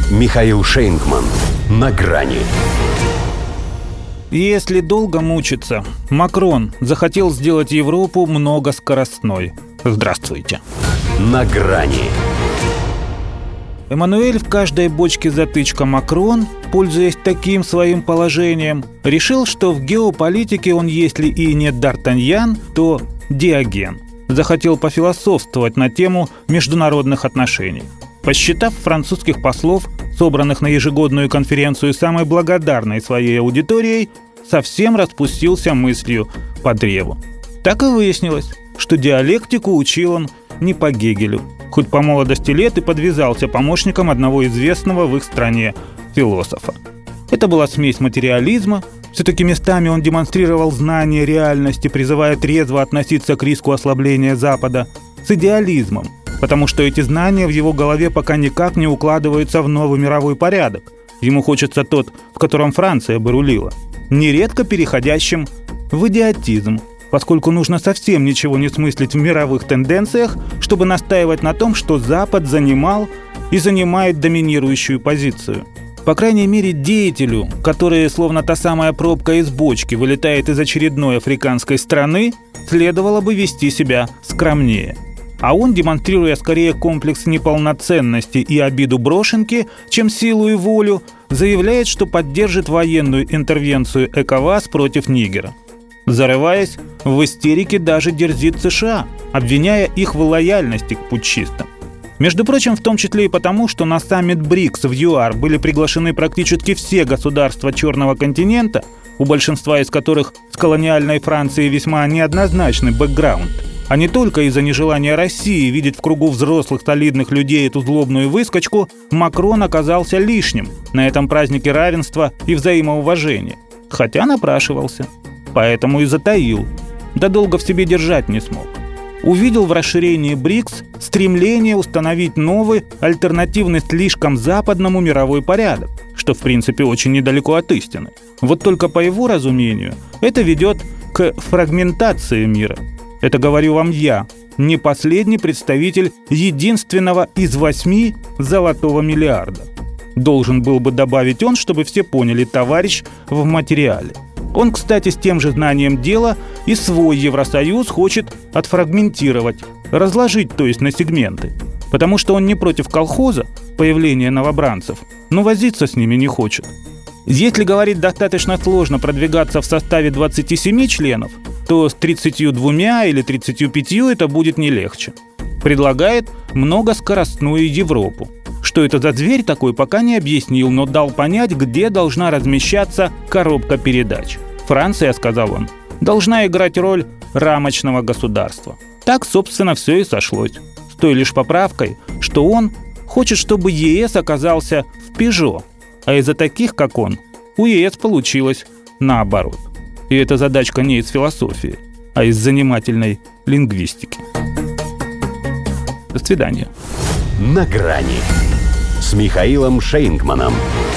Михаил Шейнгман. На грани. Если долго мучиться, Макрон захотел сделать Европу многоскоростной. Здравствуйте. На грани. Эммануэль в каждой бочке затычка Макрон, пользуясь таким своим положением, решил, что в геополитике он, если и не Д'Артаньян, то Диоген. Захотел пофилософствовать на тему международных отношений. Посчитав французских послов, собранных на ежегодную конференцию самой благодарной своей аудиторией, совсем распустился мыслью по древу. Так и выяснилось, что диалектику учил он не по Гегелю, хоть по молодости лет и подвязался помощником одного известного в их стране философа. Это была смесь материализма, все-таки местами он демонстрировал знание реальности, призывая трезво относиться к риску ослабления Запада, с идеализмом, потому что эти знания в его голове пока никак не укладываются в новый мировой порядок. Ему хочется тот, в котором Франция бы рулила, нередко переходящим в идиотизм, поскольку нужно совсем ничего не смыслить в мировых тенденциях, чтобы настаивать на том, что Запад занимал и занимает доминирующую позицию. По крайней мере, деятелю, который, словно та самая пробка из бочки, вылетает из очередной африканской страны, следовало бы вести себя скромнее. А он, демонстрируя скорее комплекс неполноценности и обиду брошенки, чем силу и волю, заявляет, что поддержит военную интервенцию ЭКОВАС против Нигера. Зарываясь в истерике, даже дерзит США, обвиняя их в лояльности к путчистам. Между прочим, в том числе и потому, что на саммит БРИКС в ЮАР были приглашены практически все государства Черного континента, у большинства из которых с колониальной Францией весьма неоднозначный бэкграунд, а не только из-за нежелания России видеть в кругу взрослых солидных людей эту злобную выскочку, Макрон оказался лишним на этом празднике равенства и взаимоуважения. Хотя напрашивался. Поэтому и затаил. Да долго в себе держать не смог. Увидел в расширении БРИКС стремление установить новый, альтернативный слишком западному мировой порядок, что в принципе очень недалеко от истины. Вот только по его разумению это ведет к фрагментации мира. Это говорю вам я, не последний представитель единственного из 8 золотого миллиарда. Должен был бы добавить он, чтобы все поняли, товарищ в материале. Он, кстати, с тем же знанием дела и свой Евросоюз хочет отфрагментировать, разложить, то есть на сегменты. Потому что он не против колхоза, появления новобранцев, но возиться с ними не хочет. Если, говорить, достаточно сложно продвигаться в составе 27 членов, то с 32 или 35 это будет не легче. Предлагает многоскоростную Европу. Что это за зверь такой, пока не объяснил, но дал понять, где должна размещаться коробка передач. Франция, сказал он, должна играть роль рамочного государства. Так, собственно, все и сошлось. С той лишь поправкой, что он хочет, чтобы ЕС оказался в «Пежо», а из-за таких, как он, у ЕС получилось наоборот. И эта задачка не из философии, а из занимательной лингвистики. До свидания. На грани с Михаилом Шейнгманом.